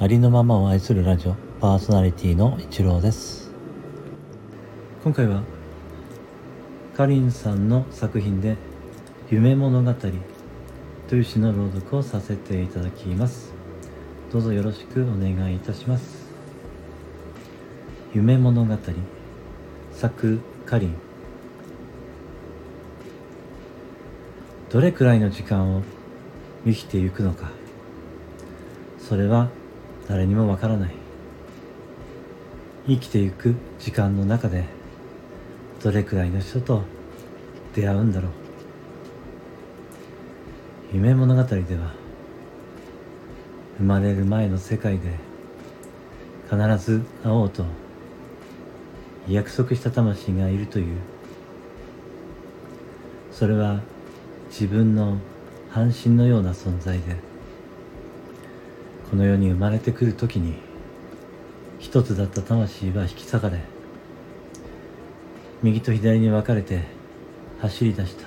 ありのままを愛するラジオパーソナリティの一郎です。今回はかりんさんの作品で夢物語という詩の朗読をさせていただきます。どうぞよろしくお願いいたします。夢物語、作かりん。どれくらいの時間を生きてゆくのか、それは誰にもわからない。生きてゆく時間の中でどれくらいの人と出会うんだろう。夢物語では生まれる前の世界で必ず会おうと約束した魂がいるという。それは自分の半身のような存在で、この世に生まれてくるときに一つだった魂は引き裂かれ、右と左に分かれて走り出した。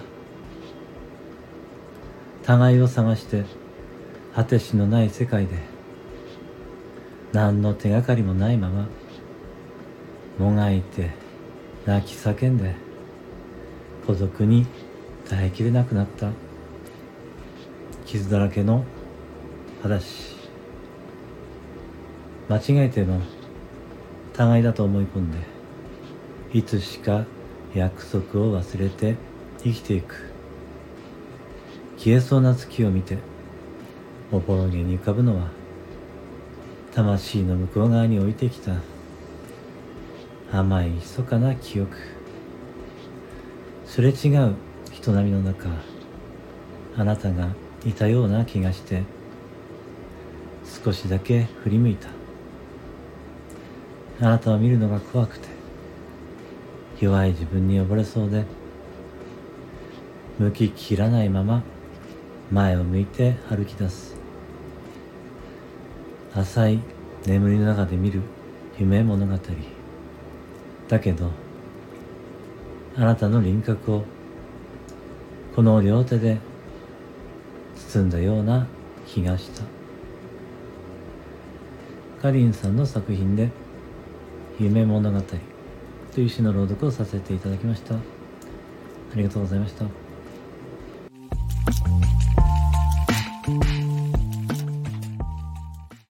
互いを探して果てしのない世界で、何の手がかりもないままもがいて泣き叫んで孤独に耐えきれなくなった。傷だらけの裸足。間違えても互いだと思い込んで、いつしか約束を忘れて生きていく。消えそうな月を見ておぼろげに浮かぶのは、魂の向こう側に置いてきた甘い密かな記憶。すれ違う人波の中、あなたがいたような気がして、少しだけ振り向いた。あなたを見るのが怖くて、弱い自分に溺れそうで、向き切らないまま前を向いて歩き出す。浅い眠りの中で見る夢物語だけど、あなたの輪郭をこの両手で包んだような気がした。かりんさんの作品で夢物語という詩の朗読をさせていただきました。ありがとうございました。